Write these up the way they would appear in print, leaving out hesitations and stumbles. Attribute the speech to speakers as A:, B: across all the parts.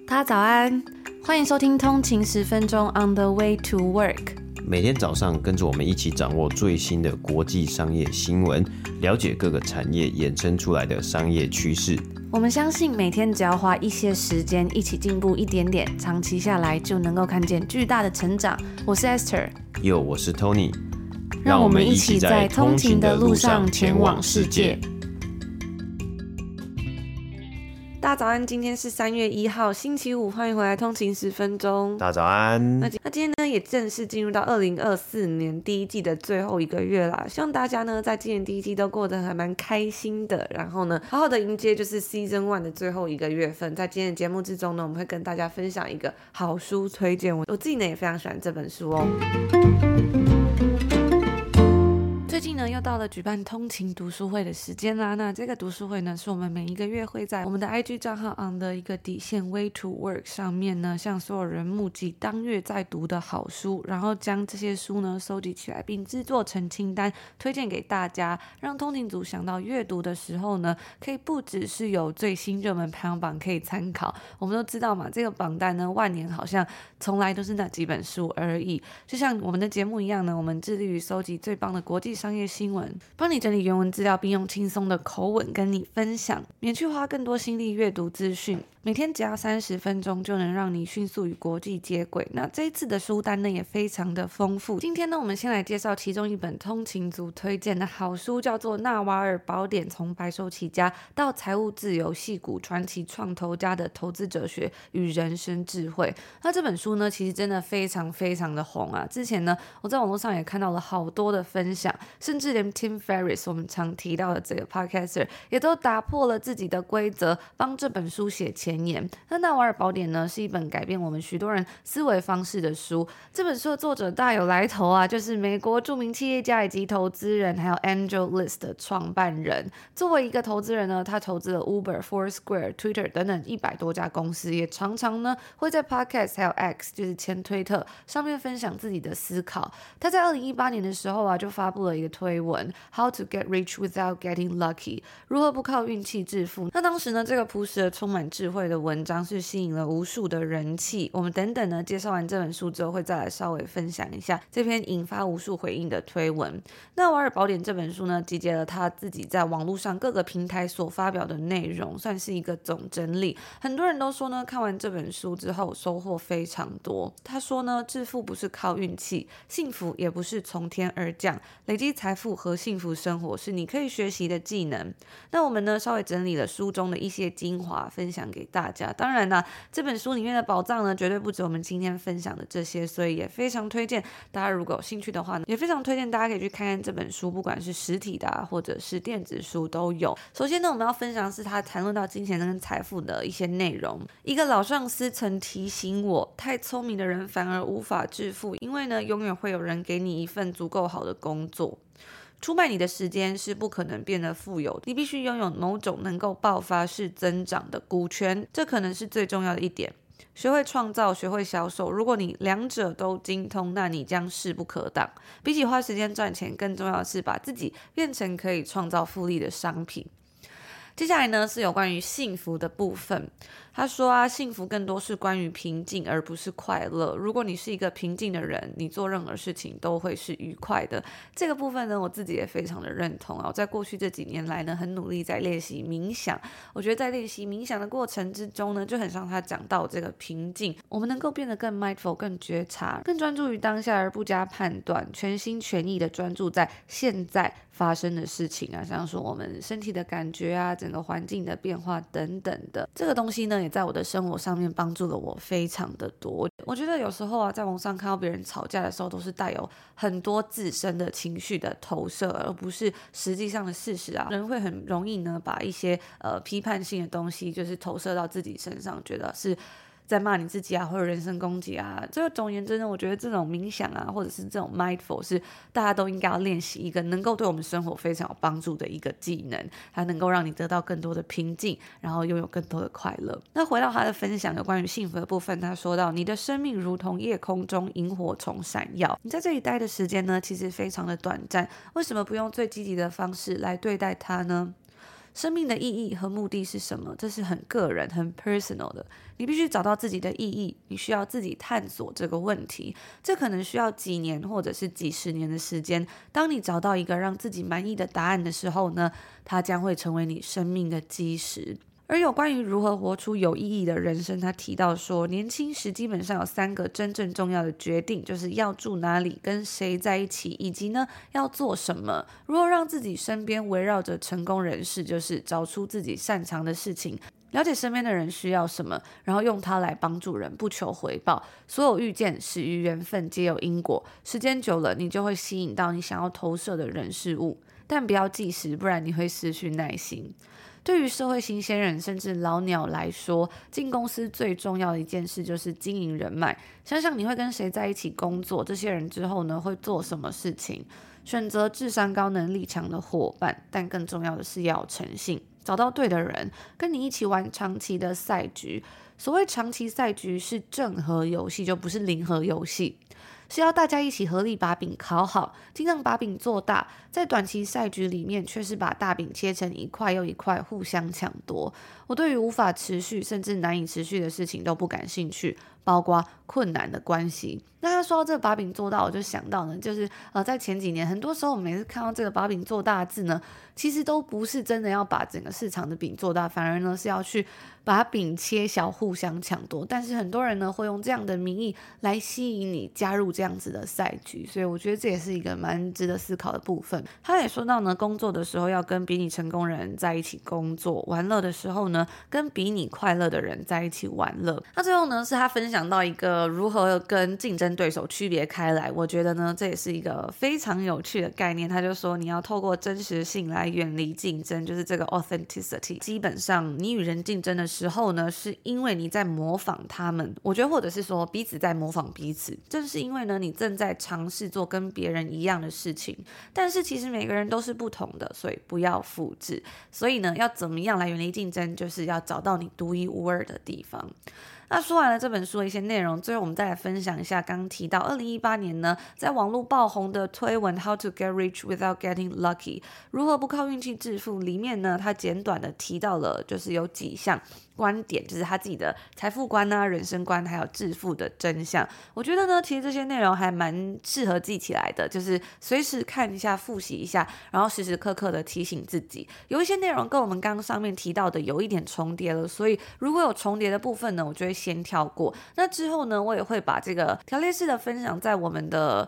A: 大家早安，欢迎收听通勤10分钟 On the way to work。
B: 每天早上跟着我们一起掌握最新的国际商业新闻，了解各个产业衍生出来的商业趋势。
A: 我们相信每天只要花一些时间一起进步一点点，长期下来就能够看见巨大的成长。我是 Esther，
B: 我是 Tony，
A: 让我们一起在通勤的路上前往世界。大家早安，今天是3月1号星期五，欢迎回来通勤10分钟。
B: 大家早安。
A: 那今天呢也正式进入到2024年第一季的最后一个月啦，希望大家呢在今年第一季都过得还蛮开心的，然后呢好好的迎接就是 Season 1的最后一个月份。在今天的节目之中呢，我们会跟大家分享一个好书推荐，我自己呢也非常喜欢这本书哦。最近呢又到了举办通勤读书会的时间啦，那这个读书会呢是我们每一个月会在我们的 IG 账号 on 的一个底线 way to work 上面呢，向所有人募集当月在读的好书，然后将这些书呢收集起来并制作成清单推荐给大家，让通勤族想到阅读的时候呢，可以不只是有最新热门排行榜可以参考，我们都知道嘛，这个榜单呢万年好像从来都是那几本书而已，就像我们的节目一样呢，我们致力于收集最棒的国际商业新闻，帮你整理原文资料，并用轻松的口吻跟你分享，免去花更多心力阅读资讯，每天只要30分钟就能让你迅速与国际接轨。那这一次的书单呢也非常的丰富，今天呢我们先来介绍其中一本通勤族推荐的好书，叫做《纳瓦尔宝典：从白手起家到财务自由，矽谷传奇创投家的投资哲学与人生智慧》。那这本书呢其实真的非常非常的红啊，之前呢我在网络上也看到了好多的分享，甚至连 Tim Ferriss 我们常提到的这个 podcaster 也都打破了自己的规则，帮这本书写前言。那纳瓦尔宝典呢是一本改变我们许多人思维方式的书，这本书的作者大有来头啊，就是美国著名企业家以及投资人，还有 AngelList 的创办人。作为一个投资人呢，他投资了 Uber、Foursquare、Twitter 等等100多家公司，也常常呢会在 podcast 还有 X 就是前推特上面分享自己的思考。他在2018年的时候啊就发布了一个推文 How to get rich without getting lucky， 如何不靠运气致富。那当时呢这个朴实的充满智慧的文章是吸引了无数的人气，我们等等呢介绍完这本书之后会再来稍微分享一下这篇引发无数回应的推文。那瓦尔宝典这本书呢集结了他自己在网络上各个平台所发表的内容，算是一个总整理。很多人都说呢看完这本书之后收获非常多。他说呢致富不是靠运气，幸福也不是从天而降，累积财富和幸福生活是你可以学习的技能。那我们呢稍微整理了书中的一些精华分享给大家，当然啦这本书里面的宝藏呢绝对不止我们今天分享的这些，所以也非常推荐大家如果有兴趣的话呢，也非常推荐大家可以去看看这本书，不管是实体的或者是电子书都有。首先呢我们要分享的是他谈论到金钱跟财富的一些内容。一个老上司曾提醒我，太聪明的人反而无法致富，因为呢永远会有人给你一份足够好的工作。出卖你的时间是不可能变得富有，你必须拥有某种能够爆发式增长的股权，这可能是最重要的一点。学会创造，学会销售，如果你两者都精通，那你将势不可挡。比起花时间赚钱，更重要的是把自己变成可以创造复利的商品。接下来呢是有关于幸福的部分。他说啊，幸福更多是关于平静而不是快乐。如果你是一个平静的人，你做任何事情都会是愉快的。这个部分呢我自己也非常的认同啊。我在过去这几年来呢很努力在练习冥想，我觉得在练习冥想的过程之中呢，就很像他讲到这个平静，我们能够变得更 mindful 更觉察，更专注于当下而不加判断，全心全意的专注在现在发生的事情啊，像说我们身体的感觉啊，整个环境的变化等等的。这个东西呢也在我的生活上面帮助了我非常的多。我觉得有时候啊在网上看到别人吵架的时候，都是带有很多自身的情绪的投射，而不是实际上的事实啊。人会很容易呢把一些批判性的东西就是投射到自己身上，觉得是在骂你自己啊，或者人身攻击啊。这个总而言之呢，我觉得这种冥想啊，或者是这种 mindful 是大家都应该要练习一个能够对我们生活非常有帮助的一个技能，它能够让你得到更多的平静，然后拥有更多的快乐。那回到他的分享有关于幸福的部分，他说到你的生命如同夜空中萤火虫闪耀，你在这里待的时间呢其实非常的短暂，为什么不用最积极的方式来对待它呢？ 生命的意义和目的是什么？这是很个人、很 personal 的。你必须找到自己的意义，你需要自己探索这个问题。这可能需要几年或者是几十年的时间。当你找到一个让自己满意的答案的时候呢，它将会成为你生命的基石。而有关于如何活出有意义的人生，他提到说，年轻时基本上有3个真正重要的决定，就是要住哪里、跟谁在一起，以及呢要做什么。如何让自己身边围绕着成功人士，就是找出自己擅长的事情，了解身边的人需要什么，然后用它来帮助人，不求回报。所有遇见始于缘分，皆有因果。时间久了，你就会吸引到你想要投射的人事物，但不要计时，不然你会失去耐心。对于社会新鲜人甚至老鸟来说，进公司最重要的一件事就是经营人脉。想想你会跟谁在一起工作，这些人之后呢会做什么事情，选择智商高、能力强的伙伴，但更重要的是要有诚信，找到对的人，跟你一起玩长期的赛局。所谓长期赛局是正和游戏，就不是零和游戏。是要大家一起合力把饼烤好，尽量把饼做大，在短期赛局里面却是把大饼切成一块又一块，互相抢夺。我对于无法持续甚至难以持续的事情都不感兴趣，包括困难的关系。那他说到这个把饼做大，我就想到呢，就是在前几年，很多时候我们每次看到这个把饼做大的字呢，其实都不是真的要把整个市场的饼做大，反而呢是要去把饼切小，互相抢夺。但是很多人呢会用这样的名义来吸引你加入这样子的赛局，所以我觉得这也是一个蛮值得思考的部分。他也说到呢，工作的时候要跟比你成功的人在一起工作，玩乐的时候呢，跟比你快乐的人在一起玩乐。那最后呢，是他分享到一个如何跟竞争对手区别开来，我觉得呢，这也是一个非常有趣的概念。他就说，你要透过真实性来远离竞争，就是这个 authenticity。基本上，你与人竞争的时候呢，是因为你在模仿他们，我觉得或者是说彼此在模仿彼此。正是因为呢，你正在尝试做跟别人一样的事情，但是其实每个人都是不同的，所以不要复制。所以呢，要怎么样来远离竞争，就是要找到你独一无二的地方。那说完了这本书的一些内容，最后我们再来分享一下刚提到2018年呢，在网络爆红的推文 How to get rich without getting lucky， 如何不靠运气致富，里面呢，他简短的提到了就是有几项观点，就是他自己的财富观啊、人生观，还有致富的真相。我觉得呢，其实这些内容还蛮适合记起来的，就是随时看一下、复习一下，然后时时刻刻的提醒自己。有一些内容跟我们刚刚上面提到的有一点重叠了，所以如果有重叠的部分呢，我就会先跳过。那之后呢，我也会把这个条列式的分享在我们的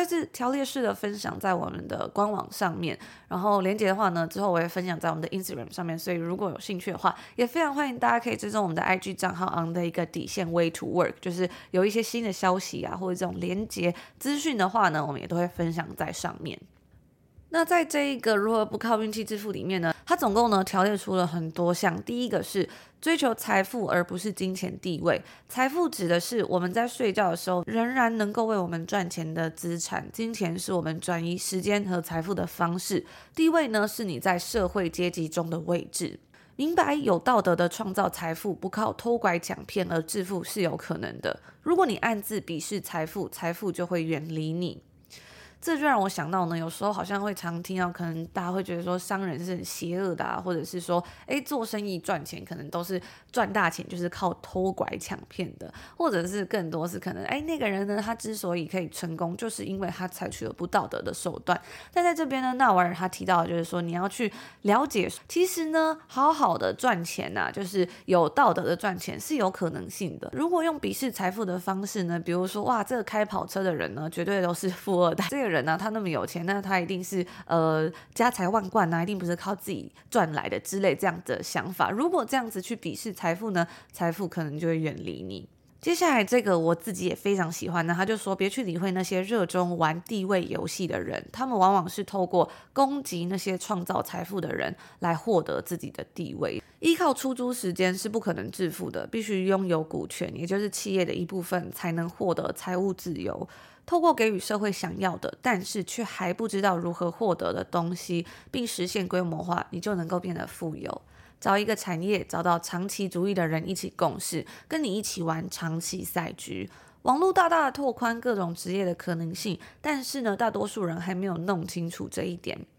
A: 官网上面，然后连结的话呢，之后我会分享在我们的 Instagram 上面，所以如果有兴趣的话，也非常欢迎大家可以追踪我们的 IG 账号 on 的一个_way to work， 就是有一些新的消息啊，或者这种连结资讯的话呢，我们也都会分享在上面。那在这一个如何不靠运气致富里面呢，它总共呢条列出了很多项。第一个是追求财富而不是金钱地位，财富指的是我们在睡觉的时候仍然能够为我们赚钱的资产，金钱是我们转移时间和财富的方式，地位呢是你在社会阶级中的位置。明白有道德的创造财富，不靠偷拐抢骗而致富是有可能的。如果你暗自鄙视财富，财富就会远离你。这就让我想到呢，有时候好像会常听到，可能大家会觉得说商人是很邪恶的啊，或者是说，做生意赚钱可能都是赚大钱就是靠偷拐抢骗的，或者是更多是可能，那个人呢，他之所以可以成功，就是因为他采取了不道德的手段。但在这边呢，纳瓦尔他提到的就是说，你要去了解，其实呢，好好的赚钱啊，就是有道德的赚钱是有可能性的。如果用鄙视财富的方式呢，比如说，哇，这个开跑车的人呢，绝对都是富二代，这个人啊，他那么有钱，那他一定是家财万贯啊，一定不是靠自己赚来的之类这样的想法。如果这样子去鄙视财富呢，财富可能就会远离你。接下来这个我自己也非常喜欢呢，他就说别去理会那些热衷玩地位游戏的人，他们往往是透过攻击那些创造财富的人来获得自己的地位。依靠出租时间是不可能致富的，必须拥有股权，也就是企业的一部分，才能获得财务自由。透过给予社会想要的，但是却还不知道如何获得的东西，并实现规模化，你就能够变得富有。找一个产业，找到长期主义的人一起共事，跟你一起玩长期赛局。网络大大的拓宽各种职业的可能性，但是呢，大多数人还没有弄清楚这一点。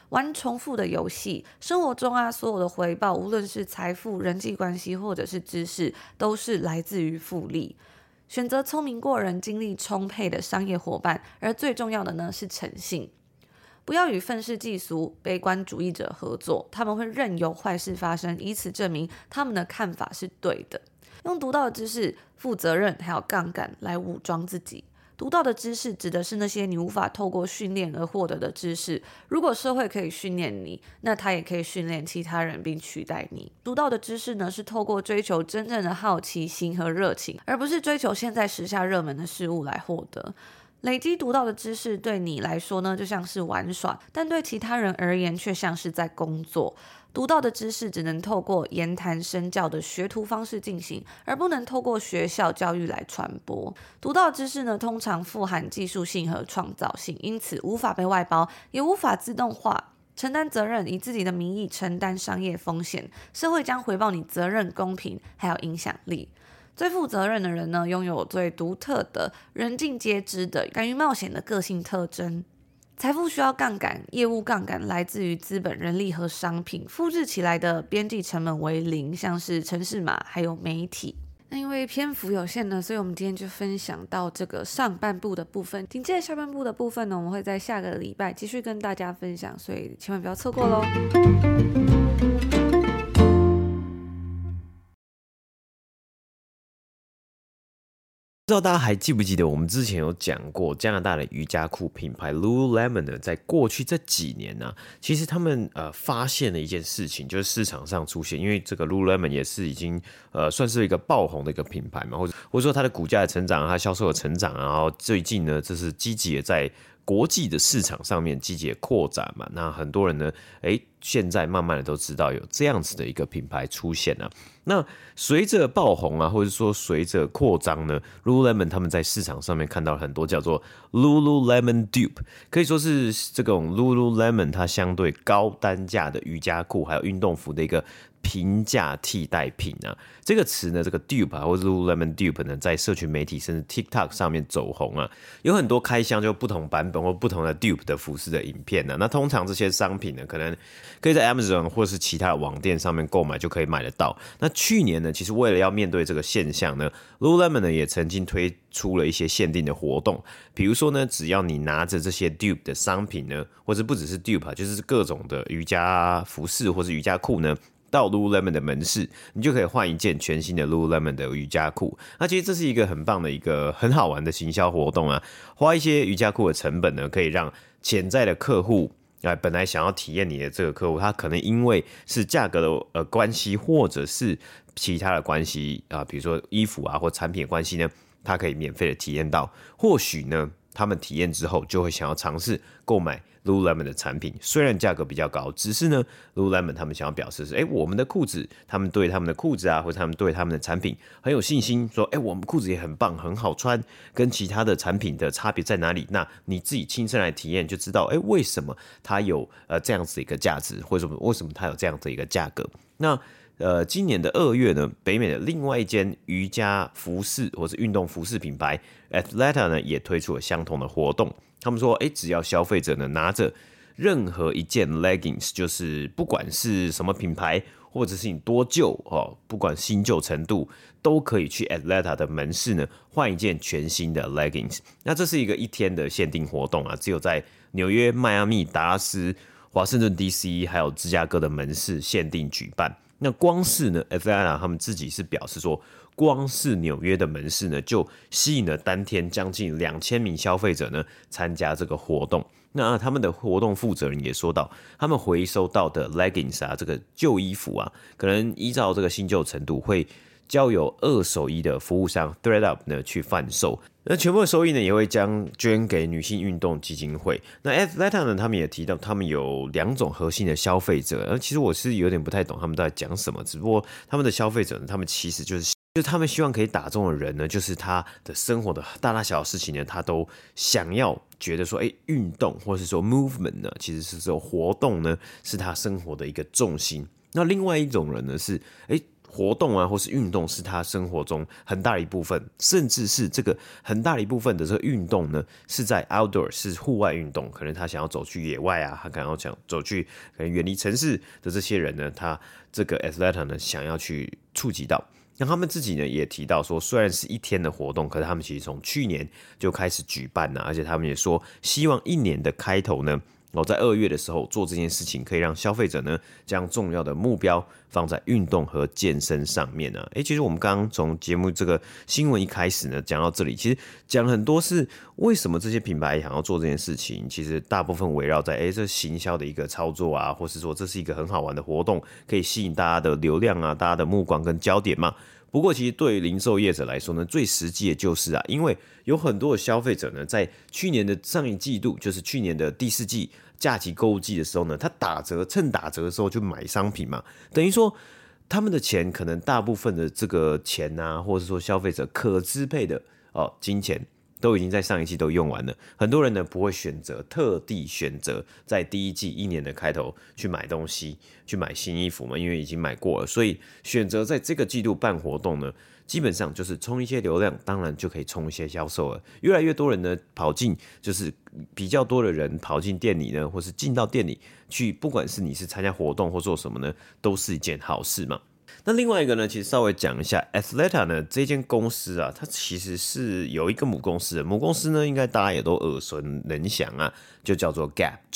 A: 玩重复的游戏。生活中啊，所有的回报，无论是财富、人际关系或者是知识，都是来自于复利。选择聪明过人、精力充沛的商业伙伴，而最重要的呢是诚信。不要与愤世嫉俗、悲观主义者合作，他们会任由坏事发生，以此证明他们的看法是对的。用独到的知识、负责任还有杠杆来武装自己。独到的知识指的是那些你无法透过训练而获得的知识。如果社会可以训练你，那它也可以训练其他人并取代你。独到的知识呢，是透过追求真正的好奇心和热情，而不是追求现在时下热门的事物来获得。累积独到的知识对你来说呢，就像是玩耍，但对其他人而言却像是在工作。独到的知识只能透过言谈身教的学徒方式进行，而不能透过学校教育来传播。独到的知识呢，通常富含技术性和创造性，因此无法被外包，也无法自动化。承担责任，以自己的名义承担商业风险，社会将回报你责任、公平还有影响力。最负责任的人呢，拥有最独特的、人尽皆知的、敢于冒险的个性特征。财富需要杠杆，业务杠杆来自于资本、人力和商品，复制起来的边际成本为零，像是程式码还有媒体。那因为篇幅有限呢，所以我们今天就分享到这个上半部的部分。紧接着下半部的部分呢，我们会在下个礼拜继续跟大家分享，所以千万不要错过咯。
B: 不知道大家还记不记得，我们之前有讲过加拿大的瑜伽裤品牌 Lululemon 呢，在过去这几年呢，其实他们发现了一件事情，就是市场上出现，因为这个 Lululemon 也是已经算是一个爆红的一个品牌嘛，或者说它的股价的成长，它销售的成长，然后最近呢，这是积极的在国际的市场上面积极的扩展嘛，那很多人呢，现在慢慢的都知道有这样子的一个品牌出现啊。那随着爆红啊，或者说随着扩张呢 ，Lululemon 他们在市场上面看到很多叫做 Lululemon Dupe， 可以说是这种 Lululemon 它相对高单价的瑜伽裤还有运动服的一个平价替代品啊。这个词呢，这个 dupe 啊，或者 Lululemon Dupe 呢，在社群媒体甚至 TikTok 上面走红啊，有很多开箱就不同版本或不同的 dupe 的服饰的影片啊。那通常这些商品呢，可能可以在 Amazon 或是其他的网店上面购买就可以买得到。那去年呢，其实为了要面对这个现象呢 ，Lululemon 呢也曾经推出了一些限定的活动，比如说呢，只要你拿着这些 dupe 的商品呢，或者不只是 dupe 啊，就是各种的瑜伽服饰或是瑜伽裤呢，到 Lululemon 的门市，你就可以换一件全新的 Lululemon 的瑜伽裤。那其实这是一个很棒的一个很好玩的行销活动啊！花一些瑜伽裤的成本呢，可以让潜在的客户本来想要体验你的这个客户，他可能因为是价格的关系，或者是其他的关系比如说衣服啊或产品的关系呢，他可以免费的体验到。或许呢，他们体验之后就会想要尝试购买 Lululemon 的产品，虽然价格比较高，只是呢 Lululemon 他们想要表示是，我们的裤子，他们对他们的裤子啊，或者他们对他们的产品很有信心，说，我们裤子也很棒，很好穿，跟其他的产品的差别在哪里？那你自己亲身来体验就知道，为什么它有这样子的一个价值，或者为什么它有这样的一个价格？那今年的2月呢，北美的另外一间瑜伽服饰或者运动服饰品牌 Athleta 呢，也推出了相同的活动。他们说，只要消费者呢拿着任何一件 leggings， 就是不管是什么品牌，或者是你多旧不管新旧程度，都可以去 Athleta 的门市呢换一件全新的 leggings。那这是一个1天的限定活动啊，只有在纽约、迈阿密、达拉斯、华盛顿 DC 还有芝加哥的门市限定举办。那光是呢 Athleta 他们自己是表示说，光是纽约的门市呢，就吸引了当天将近2000名消费者呢参加这个活动。那他们的活动负责人也说到，他们回收到的 leggings 啊，这个旧衣服啊，可能依照这个新旧程度会交由二手衣的服务商 ThredUp 呢去贩售，那全部的收益呢也会将捐给女性运动基金会。那 Athleta 呢，他们也提到他们有2种核心的消费者，其实我是有点不太懂他们在讲什么，只不过他们的消费者呢，他们其实就是他们希望可以打中的人呢，就是他的生活的大大小小事情呢，他都想要觉得说，运动或是说 movement 呢，其实是说活动呢，是他生活的一个重心。那另外一种人呢是， 活动啊，或是运动是他生活中很大的一部分，甚至是这个很大的一部分的这个运动呢，是在 outdoor 是户外运动，可能他想要走去野外啊，他可能想走去可能远离城市的这些人呢，他这个 Athleta 呢想要去触及到。那他们自己呢也提到说，虽然是一天的活动，可是他们其实从去年就开始举办了，而且他们也说希望一年的开头呢，在2月的时候做这件事情，可以让消费者呢将重要的目标放在运动和健身上面啊。其实我们刚刚从节目这个新闻一开始呢讲到这里，其实讲很多是为什么这些品牌想要做这件事情，其实大部分围绕在这行销的一个操作啊，或是说这是一个很好玩的活动，可以吸引大家的流量啊，大家的目光跟焦点嘛。不过，其实对于零售业者来说呢，最实际的就是啊，因为有很多的消费者呢，在去年的上一季度，就是去年的第4季假期购物季的时候呢，他趁打折的时候就买商品嘛，等于说他们的钱可能大部分的这个钱啊，或者说消费者可支配的金钱，都已经在上一季都用完了。很多人呢不会特地选择在第一季1年的开头去买东西，去买新衣服嘛，因为已经买过了，所以选择在这个季度办活动呢，基本上就是冲一些流量，当然就可以冲一些销售了。越来越多人呢就是比较多的人跑进店里呢，或是进到店里去，不管是你是参加活动或做什么呢，都是一件好事嘛。那另外一个呢，其实稍微讲一下 Athleta 呢这间公司啊，它其实是有一个母公司的，母公司呢应该大家也都耳熟能详啊，就叫做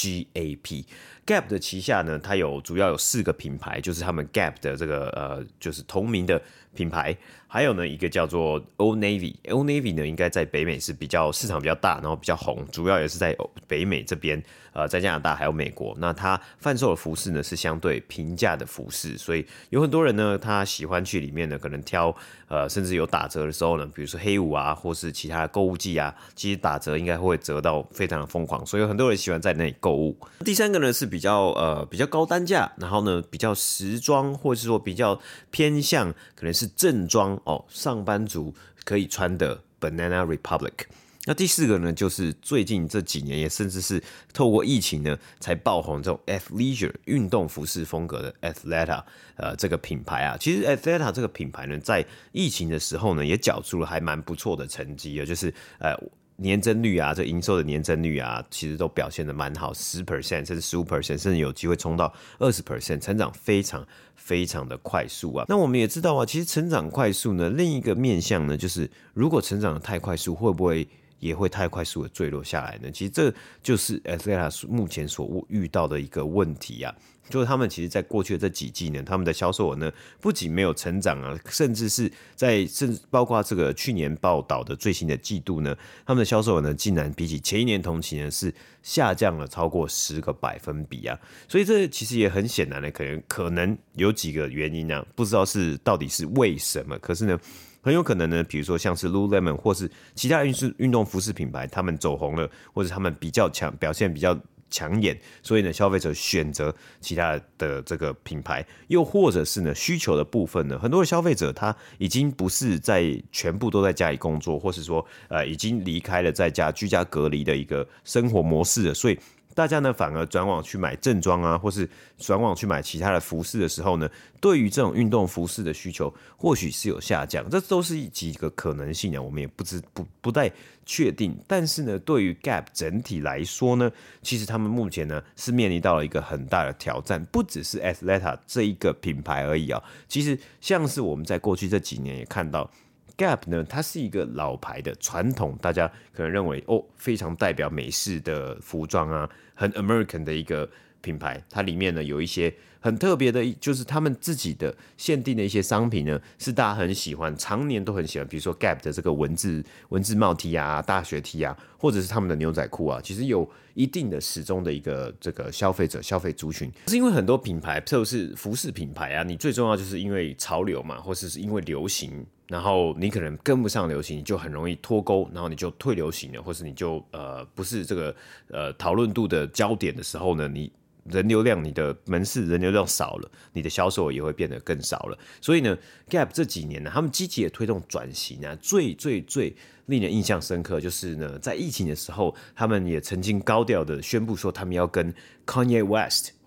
B: Gap。Gap 的旗下呢，它主要有4个品牌，就是他们 Gap 的这个就是同名的品牌，还有呢一个叫做 Old Navy。Old Navy 呢应该在北美是市场比较大，然后比较红，主要也是在北美这边，在加拿大还有美国。那它贩售的服饰呢是相对平价的服饰，所以有很多人呢他喜欢去里面呢可能挑甚至有打折的时候呢，比如说黑五啊，或是其他的购物季啊，其实打折应该会折到非常的疯狂，所以有很多人喜欢在那里购物。第3个呢是比较高单价，然后呢比较时装，或是说比较偏向可能是正装上班族可以穿的 Banana Republic。那第4个呢，就是最近这几年也甚至是透过疫情呢才爆红这种 athleisure 运动服饰风格的 Athleta 这个品牌啊。其实 Athleta 这个品牌呢，在疫情的时候呢，也缴出了还蛮不错的成绩啊，就是年增率啊，这营收的年增率啊，其实都表现得蛮好，10% 甚至15%，甚至有机会冲到20%，成长非常非常的快速啊。那我们也知道啊，其实成长快速呢，另一个面向呢，就是如果成长得太快速，会不会也会太快速的坠落下来呢？其实这就是 Athleta 目前所遇到的一个问题啊。就是他们其实在过去的这几季呢，他们的销售额呢不仅没有成长啊，甚至包括这个去年报道的最新的季度呢，他们的销售额呢竟然比起前1年同期呢是下降了超过10个百分比啊。所以这其实也很显然的，可能有几个原因啊，不知道到底是为什么，可是呢很有可能呢，比如说像是 Lululemon 或是其他运动服饰品牌，他们走红了，或者他们表现比较抢眼，所以呢，消费者选择其他的这个品牌，又或者是呢需求的部分呢，很多的消费者他已经不是全部都在家里工作，或是说已经离开了在家居家隔离的一个生活模式了，所以大家呢反而转往去买正装啊，或是转往去买其他的服饰的时候呢，对于这种运动服饰的需求或许是有下降，这都是几个可能性啊，我们也不太确定。但是呢，对于 Gap 整体来说呢，其实他们目前呢是面临到了一个很大的挑战，不只是 Athleta 这一个品牌而已啊。其实像是我们在过去这几年也看到。Gap 呢，它是一个老牌的传统，大家可能认为非常代表美式的服装啊，很 American 的一个品牌。它里面呢有一些很特别的，就是他们自己的限定的一些商品呢，是大家很喜欢，常年都很喜欢。比如说 Gap 的这个文字帽 T 啊、大学 T 啊，或者是他们的牛仔裤啊，其实有一定的始终的一个这个消费族群。是因为很多品牌，特别是服饰品牌啊，你最重要就是因为潮流嘛，或是因为流行。然后你可能跟不上流行，你就很容易脱钩，然后你就退流行了，或是你就不是这个讨论度的焦点的时候呢，你的门市人流量少了，你的销售也会变得更少了。所以呢 ，Gap 这几年呢，他们积极的推动转型啊，最令人印象深刻就是呢，在疫情的时候，他们也曾经高调的宣布说，他们要跟 Kanye West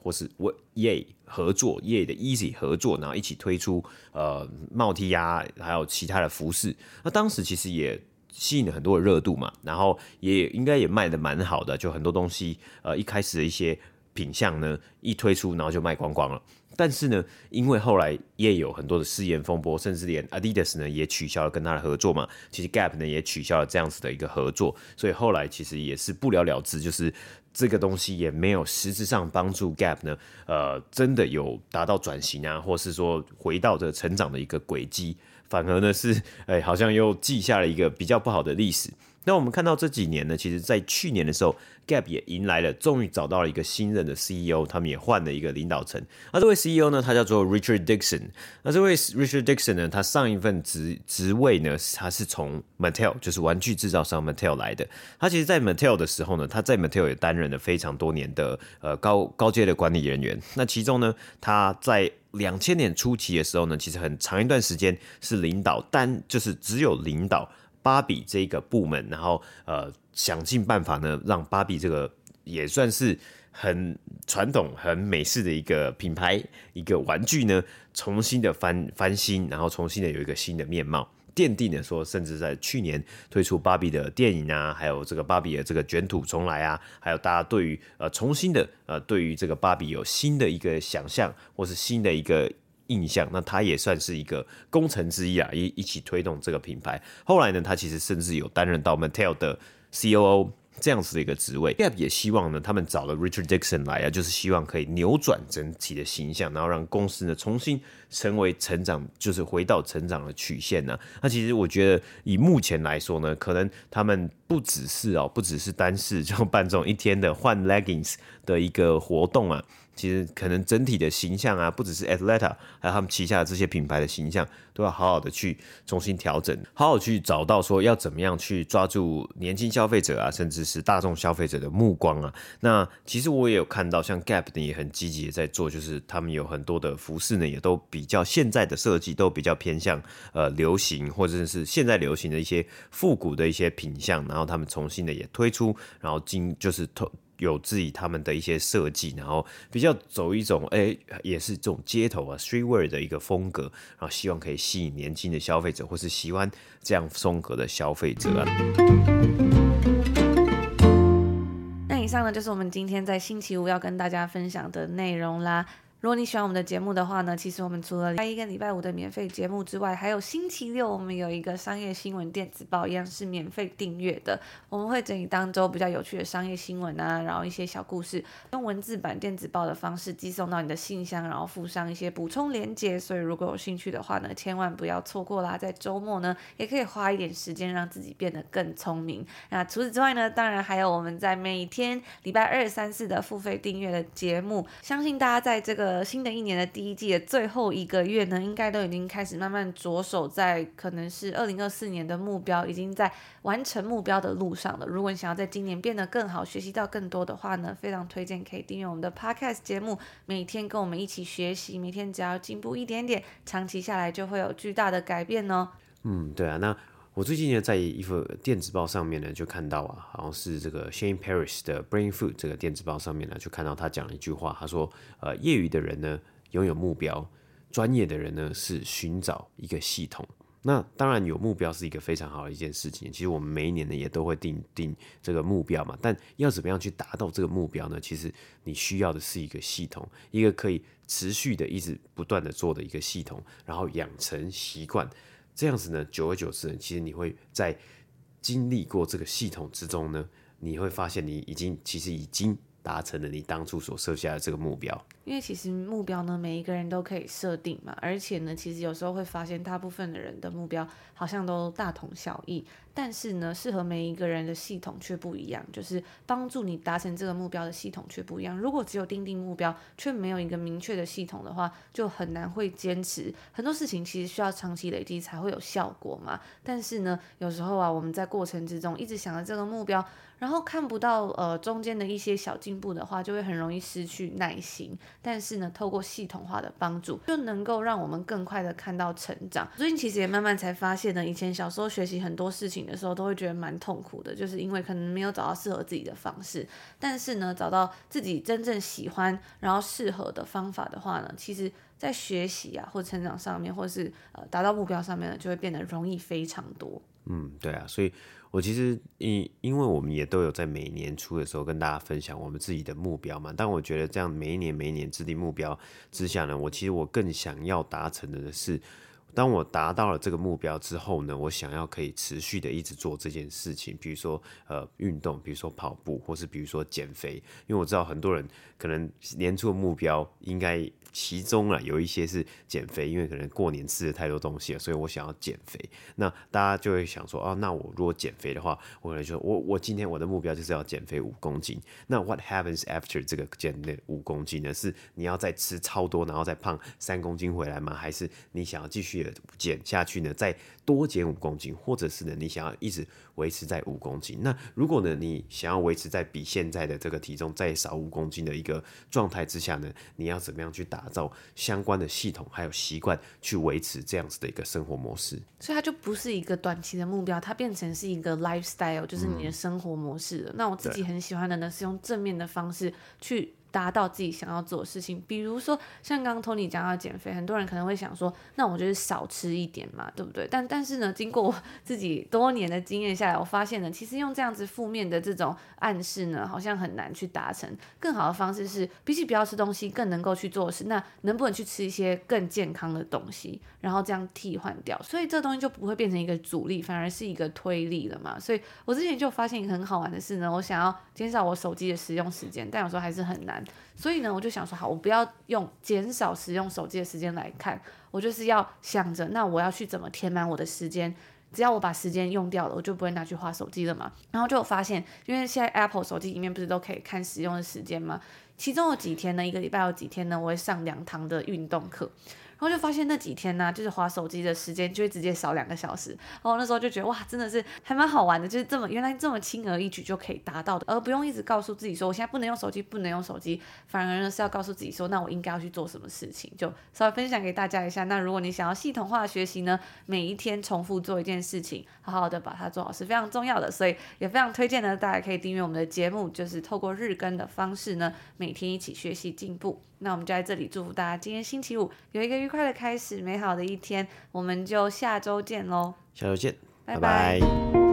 B: 或是 Ye 合作，Ye 的 Easy 合作，然后一起推出帽 T 啊，还有其他的服饰。那当时其实也吸引了很多的热度嘛，然后也应该也卖的蛮好的，就很多东西一开始的一些品项呢一推出，然后就卖光光了。但是呢，因为后来也有很多的试验风波，甚至连 Adidas 呢也取消了跟他的合作嘛，其实 Gap 呢也取消了这样子的一个合作，所以后来其实也是不了了之，就是这个东西也没有实质上帮助 Gap 呢，真的有达到转型啊，或是说回到这个成长的一个轨迹，反而呢是，好像又记下了一个比较不好的历史。那我们看到这几年呢，其实在去年的时候 ，Gap 也迎来了，终于找到了一个新任的 CEO， 他们也换了一个领导层。那这位 CEO 呢，他叫做 Richard Dixon。那这位 Richard Dixon 呢，他上一份职位呢，他是从 Mattel， 就是玩具制造商 Mattel 来的。他其实，在 Mattel 的时候呢，他在 Mattel 也担任了非常多年的高阶的管理人员。那其中呢，他在2000年初期的时候呢，其实很长一段时间是领导就是只有领导芭比这个部门，然后想尽办法呢，让芭比这个也算是很传统、很美式的一个品牌、一个玩具呢，重新的翻新，然后重新的有一个新的面貌。奠定了说，甚至在去年推出芭比的电影啊，还有这个芭比的这个卷土重来啊，还有大家对于重新的对于这个芭比有新的一个想象，或是新的一个印象，那他也算是一个功臣之一啊，一起推动这个品牌。后来呢，他其实甚至有担任到 Mattel 的 COO。这样子的一个职位 ，Gap 也希望呢，他们找了 Richard Dixon 来啊，就是希望可以扭转整体的形象，然后让公司呢重新成为成长，就是回到成长的曲线呢。那其实我觉得以目前来说呢，可能他们不只是单是就办这种一天的换 leggings 的一个活动啊。其实可能整体的形象啊，不只是 Athleta， 还有他们旗下的这些品牌的形象，都要好好的去重新调整，好好去找到说要怎么样去抓住年轻消费者啊，甚至是大众消费者的目光啊。那其实我也有看到，像 Gap 呢也很积极的在做，就是他们有很多的服饰呢，也都比较现在的设计都比较偏向流行，或者是现在流行的一些复古的一些品项，然后他们重新的也推出，然后就是有自己他们的一些设计，然后比较走一种也是这种街头啊 streetwear 的一个风格，然后希望可以吸引年轻的消费者，或是喜欢这样风格的消费者啊。
A: 那以上呢就是我们今天在星期五要跟大家分享的内容啦。如果你喜欢我们的节目的话呢，其实我们除了礼拜一跟礼拜五的免费节目之外，还有星期六我们有一个商业新闻电子报，一样是免费订阅的。我们会整理当周比较有趣的商业新闻啊，然后一些小故事，用文字版电子报的方式寄送到你的信箱，然后附上一些补充连结。所以如果有兴趣的话呢，千万不要错过啦。在周末呢，也可以花一点时间让自己变得更聪明。那除此之外呢，当然还有我们在每天礼拜2、3、4的付费订阅的节目。相信大家在这个新的一年的第一季的最后一个月呢，应该都已经开始慢慢着手在可能是2024年的目标，已经在完成目标的路上了。如果你想要在今年变得更好，学习到更多的话呢，非常推荐可以订阅我们的 podcast 节目，每天跟我们一起学习，每天只要进步一点点，长期下来就会有巨大的改变哦。
B: 对啊，那我最近呢，在一份电子报上面呢，就看到啊，好像是这个 Shane Parrish 的 Brain Food 这个电子报上面呢，就看到他讲了一句话，他说，业余的人呢拥有目标，专业的人呢是寻找一个系统。那当然有目标是一个非常好的一件事情，其实我们每一年呢也都会定这个目标嘛，但要怎么样去达到这个目标呢？其实你需要的是一个系统，一个可以持续的一直不断的做的一个系统，然后养成习惯。这样子呢，久而久之呢，其实你会在经历过这个系统之中呢，你会发现你其实已经达成了你当初所设下的这个目标。
A: 因为其实目标呢，每一个人都可以设定嘛，而且呢，其实有时候会发现大部分的人的目标好像都大同小异，但是呢，适合每一个人的系统却不一样，就是帮助你达成这个目标的系统却不一样。如果只有定目标，却没有一个明确的系统的话，就很难会坚持。很多事情其实需要长期累积才会有效果嘛。但是呢，有时候啊，我们在过程之中一直想着这个目标，然后看不到中间的一些小进步的话，就会很容易失去耐心。 但是呢透过系统化的帮助就能够让我们更快的看到成长。最近其实也慢慢才发现呢，以前小时候学习很多事情的时候都会觉得蛮痛苦的，就是因为可能没有找到适合自己的方式，但是呢找到自己真正喜欢然后适合的方法的话呢，其实在学习或成长上面，或是达到目标上面呢，就会变得容易非常多。
B: 对啊，所以我其实因为我们也都有在每年初的时候跟大家分享我们自己的目标嘛，但我觉得这样每一年制定目标之下呢，其实我更想要达成的是，当我达到了这个目标之后呢，我想要可以持续的一直做这件事情，比如说运动，比如说跑步，或是比如说减肥，因为我知道很多人可能年初的目标应该其中有一些是减肥，因为可能过年吃了太多东西了，所以我想要减肥。那大家就会想说，那我如果减肥的话，我可能就我今天我的目标就是要减肥5公斤。那 what happens after 这个减的5公斤呢？是你要再吃超多，然后再胖3公斤回来吗？还是你想要继续的减下去呢？再多减5公斤，或者是呢你想要一直维持在5公斤？那如果呢你想要维持在比现在的这个体重再少5公斤的一个状态之下呢，你要怎么样去打造相关的系统还有习惯去维持这样子的一个生活模式？
A: 所以它就不是一个短期的目标，它变成是一个 lifestyle， 就是你的生活模式了。那我自己很喜欢的呢，是用正面的方式去达到自己想要做的事情。比如说像刚刚 Tony 讲到减肥，很多人可能会想说，那我就是少吃一点嘛，对不对？但是呢，经过我自己多年的经验下来，我发现呢，其实用这样子负面的这种暗示呢，好像很难去达成。更好的方式是，比起不要吃东西，更能够去做的事，那能不能去吃一些更健康的东西，然后这样替换掉？所以这东西就不会变成一个阻力，反而是一个推力了嘛。所以我之前就发现一个很好玩的事呢，我想要减少我手机的使用时间，但有时候还是很难。所以呢，我就想说，好，我不要用减少使用手机的时间来看，我就是要想着，那我要去怎么填满我的时间。只要我把时间用掉了，我就不会拿去滑手机了嘛。然后就有发现，因为现在 Apple 手机里面不是都可以看使用的时间吗？其中有几天呢，一个礼拜有几天呢，我会上2堂的运动课。然后就发现那几天呢，就是滑手机的时间就会直接少2个小时。然后那时候就觉得哇，真的是还蛮好玩的，就是原来这么轻而易举就可以达到的，而不用一直告诉自己说我现在不能用手机，不能用手机，反而呢是要告诉自己说，那我应该要去做什么事情，就稍微分享给大家一下。那如果你想要系统化的学习呢，每一天重复做一件事情，好好的把它做好是非常重要的，所以也非常推荐呢，大家可以订阅我们的节目，就是透过日更的方式呢，每天一起学习进步。那我们就在这里祝福大家今天星期五有一个愉快的开始，美好的一天，我们就下周见咯。
B: 下周见，
A: 拜
B: 拜拜。